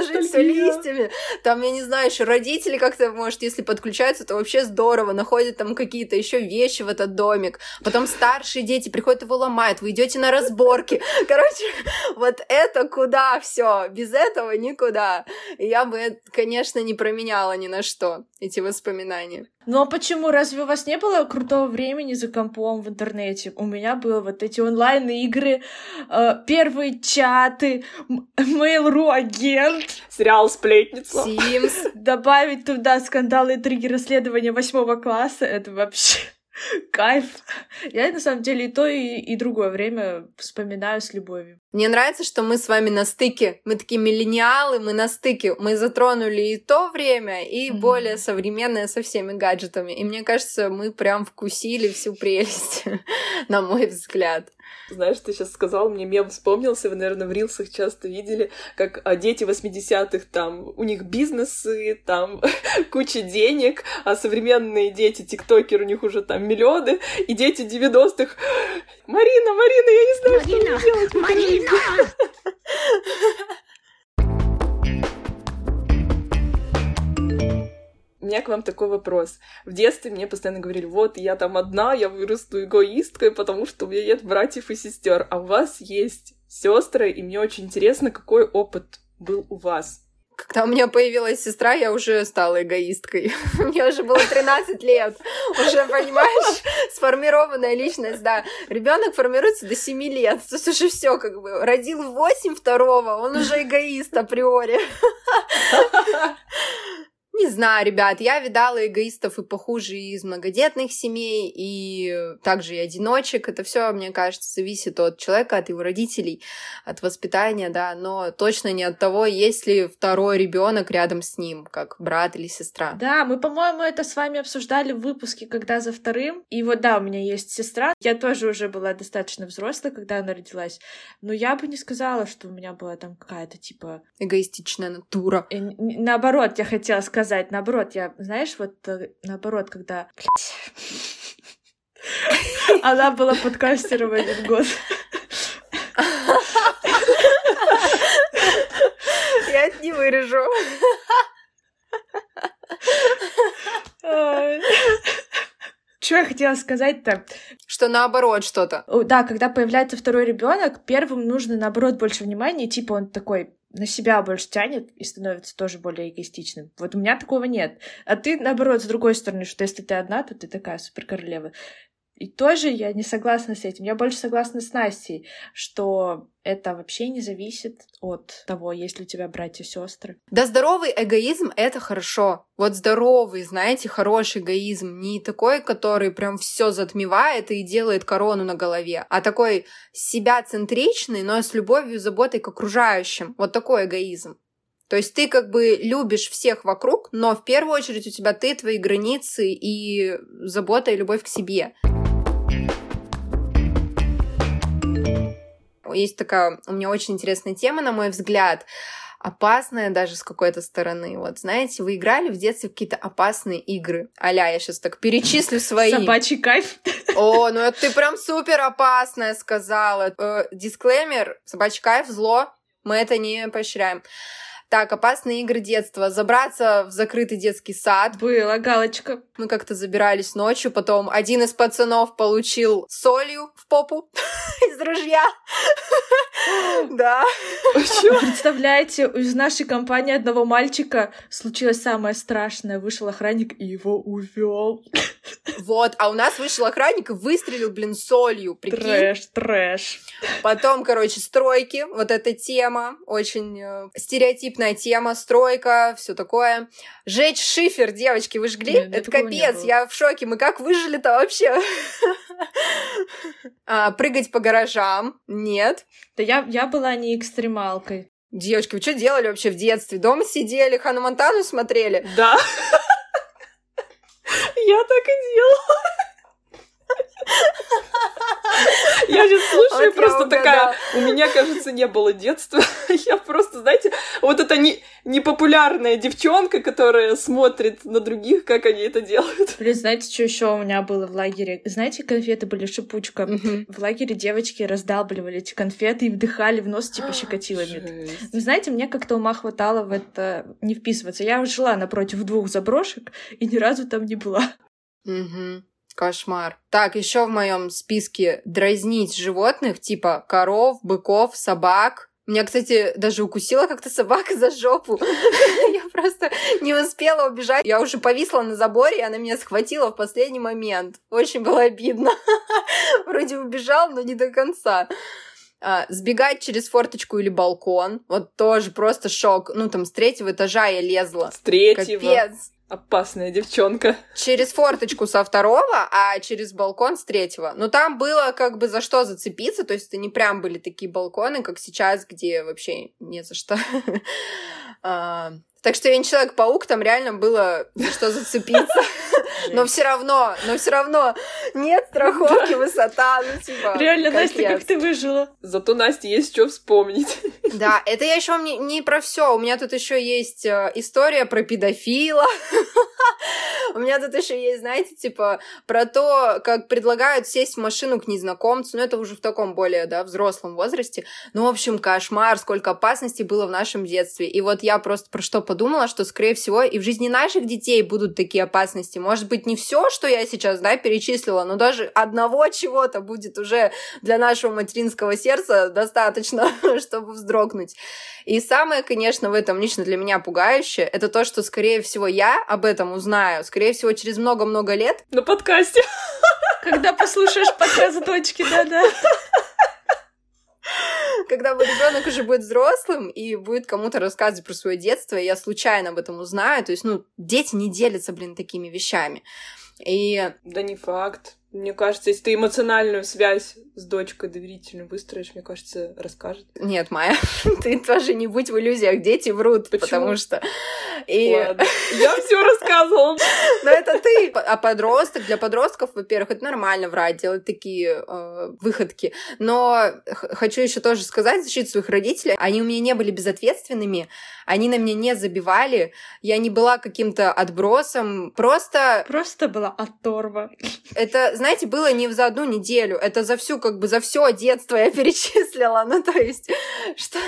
Speaker 1: листьями. Там, я не знаю, еще родители как-то, может, если подключаются, то вообще здорово, находят там какие-то еще вещи в этот домик. Потом старшие дети приходят, его ломают, вы идете на разборки. Короче, вот это куда все, без этого никуда. И я бы, конечно, не променяла ни на что эти воспоминания.
Speaker 2: Ну а почему? Разве у вас не было крутого времени за компом в интернете? У меня было вот эти онлайн-игры, э, первые чаты, Mail.ru агент.
Speaker 3: Сериал «Сплетница».
Speaker 1: Sims.
Speaker 2: Добавить туда скандалы, интриги, расследования восьмого класса — это вообще кайф. Я, на самом деле, и то, и, и другое время вспоминаю с любовью.
Speaker 1: Мне нравится, что мы с вами на стыке. Мы такие миллениалы, мы на стыке. Мы затронули и то время, и mm-hmm. более современное со всеми гаджетами. И мне кажется, мы прям вкусили всю прелесть, на мой взгляд.
Speaker 3: Знаешь, ты сейчас сказал, мне мем вспомнился, вы, наверное, в рилсах часто видели, как а, дети восьмидесятых, там, у них бизнесы, там, куча денег, а современные дети, тиктокеры, у них уже там миллионы, и дети девяностых: Марина, Марина, я не знаю, Марина, что мне делать. Марина! У меня к вам такой вопрос. В детстве мне постоянно говорили: вот, я там одна, я вырасту эгоисткой, потому что у меня нет братьев и сестер. А у вас есть сестры, и мне очень интересно, какой опыт был у вас.
Speaker 1: Когда у меня появилась сестра, я уже стала эгоисткой. Мне уже было тринадцать лет. Уже, понимаешь, сформированная личность, да. Ребенок формируется до семи лет. То есть уже все как бы. Родил в восемь второго, он уже эгоист априори. Не знаю, ребят, я видала эгоистов и похуже из многодетных семей, и также и одиночек. Это все, мне кажется, зависит от человека, от его родителей, от воспитания, да, но точно не от того, есть ли второй ребенок рядом с ним, как брат или сестра.
Speaker 2: Да, мы, по-моему, это с вами обсуждали в выпуске «Когда за вторым». И вот да, у меня есть сестра. Я тоже уже была достаточно взрослой, когда она родилась, но я бы не сказала, что у меня была там какая-то типа...
Speaker 1: эгоистичная натура.
Speaker 2: И, наоборот, я хотела сказать, наоборот, я, знаешь, вот наоборот, когда... Она была подкастером один год.
Speaker 1: Я это не вырежу.
Speaker 2: Что я хотела сказать-то?
Speaker 1: Что наоборот что-то.
Speaker 2: Да, когда появляется второй ребенок, первым нужно, наоборот, больше внимания, типа он такой на себя больше тянет и становится тоже более эгоистичным. Вот у меня такого нет. А ты, наоборот, с другой стороны, что если ты одна, то ты такая суперкоролева. И тоже я не согласна с этим. Я больше согласна с Настей, что это вообще не зависит от того, есть ли у тебя братья и сестры.
Speaker 1: Да, здоровый эгоизм — это хорошо. Вот здоровый, знаете, хороший эгоизм. Не такой, который прям все затмевает и делает корону на голове, а такой себя-центричный, но с любовью и заботой к окружающим. Вот такой эгоизм. То есть ты как бы любишь всех вокруг, но в первую очередь у тебя ты, твои границы и забота и любовь к себе. Есть такая у меня очень интересная тема, на мой взгляд, опасная даже с какой-то стороны. Вот, знаете, вы играли в детстве в какие-то опасные игры? А-ля, я сейчас так перечислю свои.
Speaker 2: Собачий кайф.
Speaker 1: О, ну это ты прям супер опасная сказала. Э, дисклеймер, собачий кайф, зло, мы это не поощряем. Так, опасные игры детства. Забраться в закрытый детский сад.
Speaker 2: Была галочка.
Speaker 1: Мы как-то забирались ночью, потом один из пацанов получил солью в попу из ружья. Да.
Speaker 2: Представляете, из нашей компании одного мальчика случилось самое страшное. Вышел охранник и его увел.
Speaker 1: Вот, а у нас вышел охранник и выстрелил, блин, солью. Прикинь?
Speaker 2: Трэш, трэш.
Speaker 1: Потом, короче, стройки. Вот эта тема. Очень э, стереотипная тема. Стройка, все такое. Жечь шифер, девочки, вы жгли?
Speaker 2: Нет,
Speaker 1: это капец, я в шоке. Мы как выжили-то вообще? а, прыгать по гаражам? Нет.
Speaker 2: Да я, я была не экстремалкой.
Speaker 1: Девочки, вы что делали вообще в детстве? Дома сидели, Ханну Монтану смотрели?
Speaker 3: Да. Я так и делала. Я сейчас слушаю, вот просто такая... У меня, кажется, не было детства. Я просто, знаете, вот это не, непопулярная девчонка, которая смотрит на других, как они это делают.
Speaker 2: Блин, знаете, что еще у меня было в лагере? Знаете, конфеты были шипучка. Mm-hmm. В лагере девочки раздалбливали эти конфеты и вдыхали в нос, типа щекотилами. Но знаете, мне как-то ума хватало в это не вписываться. Я жила напротив двух заброшек и ни разу там не была.
Speaker 1: Угу. Кошмар. Так, еще в моем списке дразнить животных, типа коров, быков, собак. Меня, кстати, даже укусила как-то собака за жопу. Я просто не успела убежать. Я уже повисла на заборе, и она меня схватила в последний момент. Очень было обидно. Вроде убежал, но не до конца. А, сбегать через форточку или балкон. Вот тоже просто шок. Ну, там, с третьего этажа я лезла.
Speaker 3: С третьего?
Speaker 1: Капец.
Speaker 3: Опасная девчонка.
Speaker 1: Через форточку со второго, а через балкон с третьего. Но там было как бы за что зацепиться, то есть это не прям были такие балконы, как сейчас, где вообще не за что. Так что я не Человек-паук, там реально было за что зацепиться. Но все равно, но все равно нет страховки, высота, ну типа.
Speaker 2: Реально, Настя, как ты выжила?
Speaker 3: Зато Насте есть что вспомнить.
Speaker 1: Да, это я еще не, не про все. У меня тут еще есть история про педофила. У меня тут еще есть, знаете, типа про то, как предлагают сесть в машину к незнакомцу. Ну, это уже в таком более, да, взрослом возрасте. Ну, в общем, кошмар, сколько опасностей было в нашем детстве. И вот я просто про что подумала, что, скорее всего, и в жизни наших детей будут такие опасности. Может быть, не все, что я сейчас, да, перечислила, но даже одного чего-то будет уже для нашего материнского сердца достаточно, чтобы вздрогнуть. И самое, конечно, в этом лично для меня пугающее, это то, что, скорее всего, я об этом узнаю, скорее всего, через много-много лет.
Speaker 3: На подкасте.
Speaker 2: Когда послушаешь подкаст дочки, да-да.
Speaker 1: Когда мой ребенок уже будет взрослым и будет кому-то рассказывать про свое детство, и я случайно об этом узнаю. То есть, ну, дети не делятся, блин, такими вещами. И...
Speaker 3: Да не факт. Мне кажется, если ты эмоциональную связь с дочкой доверительную выстроишь, мне кажется, расскажет.
Speaker 1: Нет, Майя, ты тоже не будь в иллюзиях, дети врут.
Speaker 3: Почему?
Speaker 1: Потому что... И...
Speaker 3: Ладно. Я все рассказывала.
Speaker 1: Но это ты. А подросток, для подростков, во-первых, это нормально врать, делать такие э, выходки. Но х- хочу еще тоже сказать, защитить своих родителей. Они у меня не были безответственными, они на меня не забивали, я не была каким-то отбросом, просто...
Speaker 2: Просто была оторва.
Speaker 1: Это, знаете, было не за одну неделю, это за всю, как бы, за все детство я перечислила, ну, то есть, что...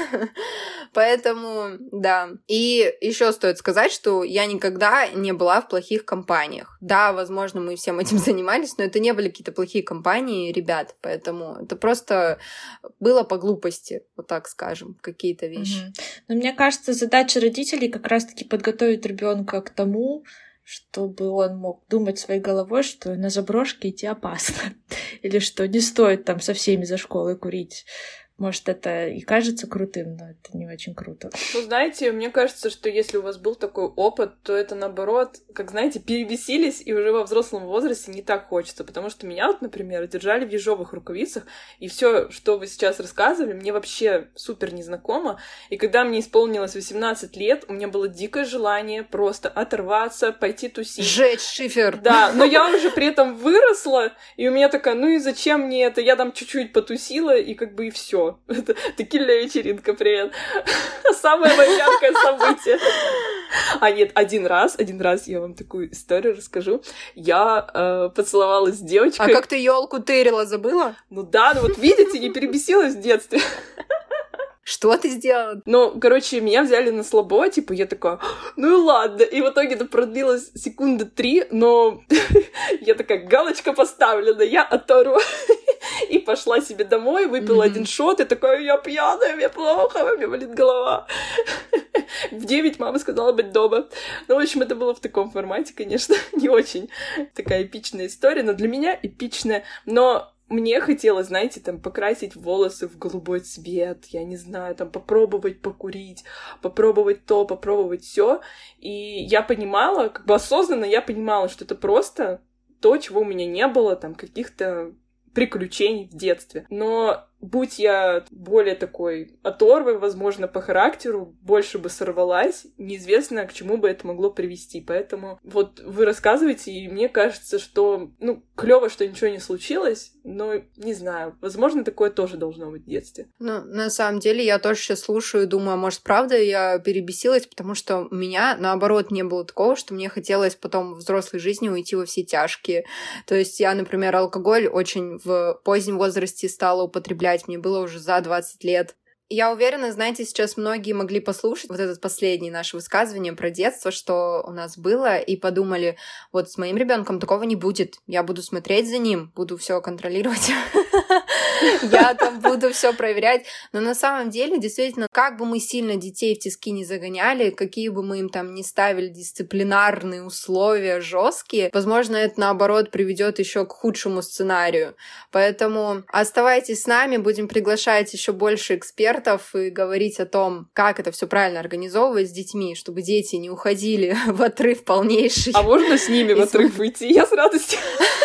Speaker 1: Поэтому, да. И еще стоит сказать, что я никогда не была в плохих компаниях. Да, возможно, мы всем этим занимались, но это не были какие-то плохие компании ребят, поэтому это просто было по глупости, вот так скажем, какие-то вещи.
Speaker 2: Угу. Но мне кажется, задача родителей как раз-таки подготовить ребенка к тому, чтобы он мог думать своей головой, что на заброшке идти опасно. Или что не стоит там со всеми за школой курить. Может, это и кажется крутым, но это не очень круто.
Speaker 3: Ну, знаете, мне кажется, что если у вас был такой опыт, то это, наоборот, как, знаете, перебесились, и уже во взрослом возрасте не так хочется. Потому что меня, вот, например, держали в ежовых рукавицах, и все, что вы сейчас рассказывали, мне вообще супер незнакомо. И когда мне исполнилось восемнадцать лет, у меня было дикое желание просто оторваться, пойти тусить.
Speaker 1: Сжечь шифер.
Speaker 3: Да, но я уже при этом выросла, и у меня такая, ну и зачем мне это? Я там чуть-чуть потусила, и как бы и все. Это текильная вечеринка, привет. Самое мое яркое событие. А нет, один раз, один раз я вам такую историю расскажу. Я э, поцеловалась с девочкой.
Speaker 1: А как ты елку тырила, забыла?
Speaker 3: Ну да, ну вот видите, не перебесилась в детстве.
Speaker 1: Что ты сделала?
Speaker 3: Ну, короче, меня взяли на слабо, типа, я такая, ну и ладно. И в итоге это продлилось секунды три, но я такая, галочка поставлена, я оторва. И пошла себе домой, выпила mm-hmm. один шот, и такая, я пьяная, мне плохо, у меня болит голова. В девять мама сказала быть дома. Ну, в общем, это было в таком формате, конечно, не очень такая эпичная история, но для меня эпичная. Но мне хотелось, знаете, там, покрасить волосы в голубой цвет, я не знаю, там, попробовать покурить, попробовать то, попробовать все. И я понимала, как бы осознанно я понимала, что это просто то, чего у меня не было, там, каких-то приключений в детстве. Но будь я более такой оторвой, возможно, по характеру, больше бы сорвалась, неизвестно, к чему бы это могло привести. Поэтому вот вы рассказываете, и мне кажется, что, ну, клево, что ничего не случилось, но не знаю, возможно, такое тоже должно быть в детстве.
Speaker 1: Ну, на самом деле, я тоже сейчас слушаю и думаю, может, правда я перебесилась, потому что у меня, наоборот, не было такого, что мне хотелось потом в взрослой жизни уйти во все тяжкие. То есть я, например, алкоголь очень в позднем возрасте стала употреблять, мне было уже за двадцать лет. Я уверена, знаете, сейчас многие могли послушать вот это последнее наше высказывание про детство, что у нас было, и подумали, вот с моим ребенком такого не будет. Я буду смотреть за ним, буду все контролировать. Я там буду все проверять. Но на самом деле, действительно, как бы мы сильно детей в тиски не загоняли, какие бы мы им там не ставили дисциплинарные условия жесткие, возможно, это наоборот приведет еще к худшему сценарию. Поэтому оставайтесь с нами, будем приглашать еще больше экспертов и говорить о том, как это все правильно организовывать с детьми, чтобы дети не уходили в отрыв полнейший.
Speaker 3: А можно с ними в отрыв выйти? Я с радостью.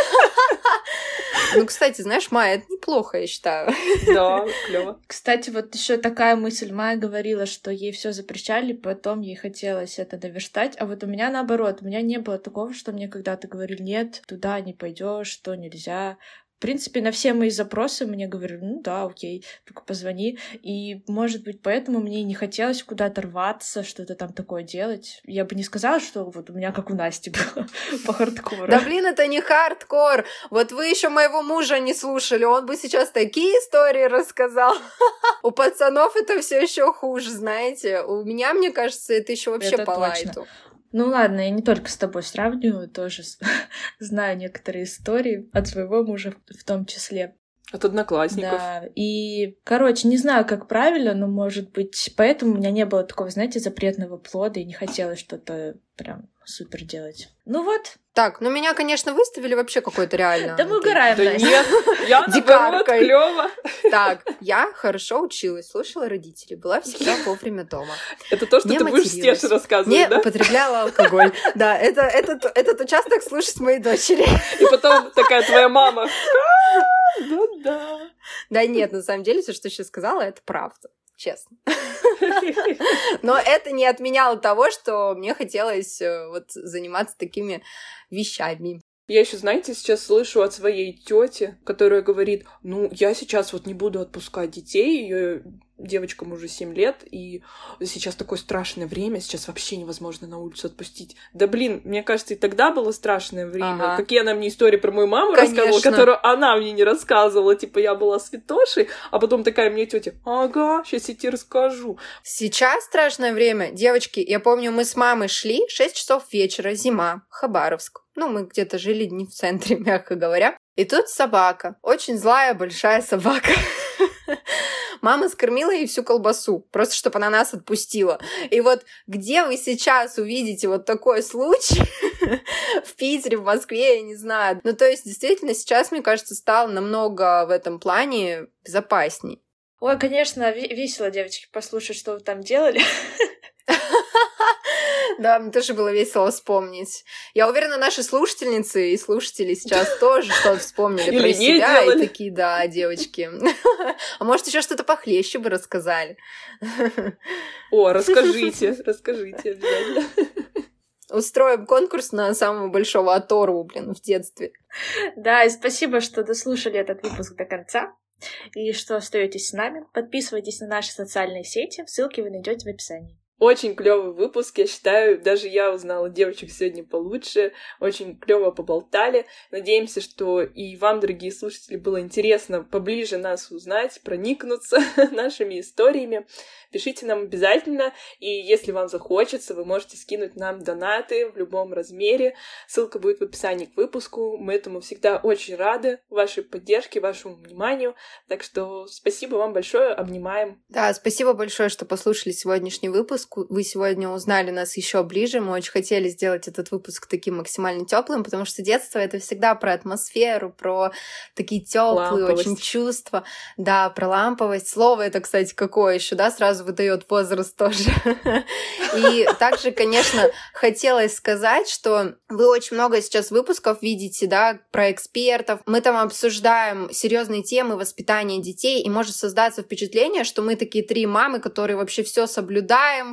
Speaker 1: Ну, кстати, знаешь, Майя, это неплохо, я считаю.
Speaker 3: Да, клево.
Speaker 2: Кстати, вот еще такая мысль. Майя говорила, что ей все запрещали, потом ей хотелось это наверстать. А вот у меня наоборот, у меня не было такого, что мне когда-то говорили: нет, туда не пойдешь, что нельзя. В принципе, на все мои запросы мне говорили: ну да, окей, только позвони. И, может быть, поэтому мне не хотелось куда-то рваться, что-то там такое делать. Я бы не сказала, что вот у меня как у Насти было по хардкору.
Speaker 1: Да блин, это не хардкор. Вот вы еще моего мужа не слушали, он бы сейчас такие истории рассказал. У пацанов это все еще хуже, знаете. У меня, мне кажется, это еще вообще по лайту.
Speaker 2: Ну ладно, я не только с тобой сравниваю, тоже знаю некоторые истории от своего мужа в том числе.
Speaker 3: От одноклассников.
Speaker 2: Да, и, короче, не знаю, как правильно, но, может быть, поэтому у меня не было такого, знаете, запретного плода, и не хотелось что-то прям супер делать. Ну вот.
Speaker 1: Так, ну меня, конечно, выставили вообще какой-то реально...
Speaker 2: Да мы угораем,
Speaker 3: Да нет, я наоборот, клёво.
Speaker 1: Так, я хорошо училась, слушала родителей, была всегда вовремя дома.
Speaker 3: Это то, что ты будешь Стеше рассказывать, да?
Speaker 1: Не употребляла алкоголь. Да, это этот участок слушать моей дочери.
Speaker 3: И потом такая твоя мама: да-да.
Speaker 1: Да нет, на самом деле, все, что сейчас сказала, это правда. Честно. Но это не отменяло того, что мне хотелось вот заниматься такими вещами.
Speaker 3: Я еще, знаете, сейчас слышу от своей тети, которая говорит: ну, я сейчас вот не буду отпускать детей, ее девочкам уже семь лет, и сейчас такое страшное время, сейчас вообще невозможно на улицу отпустить. Да блин, мне кажется, и тогда было страшное время. Ага. Какие она мне истории про мою маму Конечно. рассказывала, которую она мне не рассказывала. Типа, я была святошей, а потом такая мне тетя: ага, сейчас я тебе расскажу.
Speaker 1: Сейчас страшное время. Девочки, я помню, мы с мамой шли, шесть часов вечера, зима, Хабаровск. Ну, мы где-то жили не в центре, мягко говоря. И тут собака. Очень злая, большая собака. Мама скормила ей всю колбасу, просто чтобы она нас отпустила. И вот где вы сейчас увидите вот такой случай в Питере, в Москве, я не знаю. Ну, то есть, действительно, сейчас, мне кажется, стало намного в этом плане безопасней.
Speaker 2: Ой, конечно, весело, девочки, послушать, что вы там делали.
Speaker 1: Да, мне тоже было весело вспомнить. Я уверена, наши слушательницы и слушатели сейчас тоже что-то вспомнили
Speaker 3: Или
Speaker 1: про себя
Speaker 3: делали.
Speaker 1: И такие: да, девочки. А может, еще что-то похлеще бы рассказали.
Speaker 3: О, расскажите, расскажите обязательно.
Speaker 1: Устроим конкурс на самого большого оторву, блин, в детстве.
Speaker 2: Да, и спасибо, что дослушали этот выпуск до конца. И что остаетесь с нами. Подписывайтесь на наши социальные сети. Ссылки вы найдете в описании.
Speaker 3: Очень клевый выпуск, я считаю. Даже я узнала девочек сегодня получше. Очень клево поболтали. Надеемся, что и вам, дорогие слушатели, было интересно поближе нас узнать, проникнуться нашими историями. Пишите нам обязательно. И если вам захочется, вы можете скинуть нам донаты в любом размере. Ссылка будет в описании к выпуску. Мы этому всегда очень рады. Вашей поддержке, вашему вниманию. Так что спасибо вам большое. Обнимаем.
Speaker 1: Да, спасибо большое, что послушали сегодняшний выпуск. Вы сегодня узнали нас еще ближе. Мы очень хотели сделать этот выпуск таким максимально теплым, потому что детство — это всегда про атмосферу, про такие теплые очень чувства. Да, про ламповость. Слово это, кстати, какое еще, да, сразу выдает возраст тоже. И также, конечно, хотелось сказать, что вы очень много сейчас выпусков видите, да, про экспертов. Мы там обсуждаем серьезные темы воспитания детей, и может создаться впечатление, что мы такие три мамы, которые вообще все соблюдаем,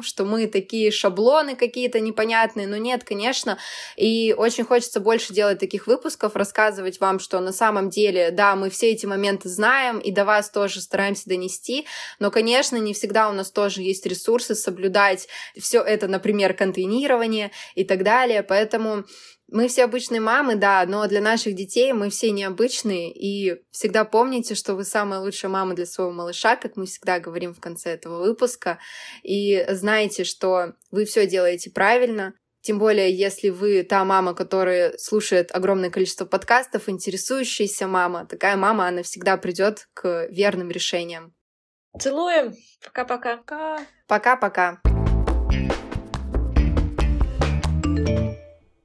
Speaker 1: знаем, что мы такие шаблоны какие-то непонятные, но нет, конечно, и очень хочется больше делать таких выпусков, рассказывать вам, что на самом деле, да, мы все эти моменты знаем, и до вас тоже стараемся донести, но, конечно, не всегда у нас тоже есть ресурсы соблюдать все это, например, контейнирование и так далее, поэтому мы все обычные мамы, да, но для наших детей мы все необычные, и всегда помните, что вы самая лучшая мама для своего малыша, как мы всегда говорим в конце этого выпуска, и знайте, что вы все делаете правильно, тем более, если вы та мама, которая слушает огромное количество подкастов, интересующаяся мама, такая мама, она всегда придет к верным решениям.
Speaker 2: Целуем! Пока-пока!
Speaker 3: Пока.
Speaker 1: Пока-пока!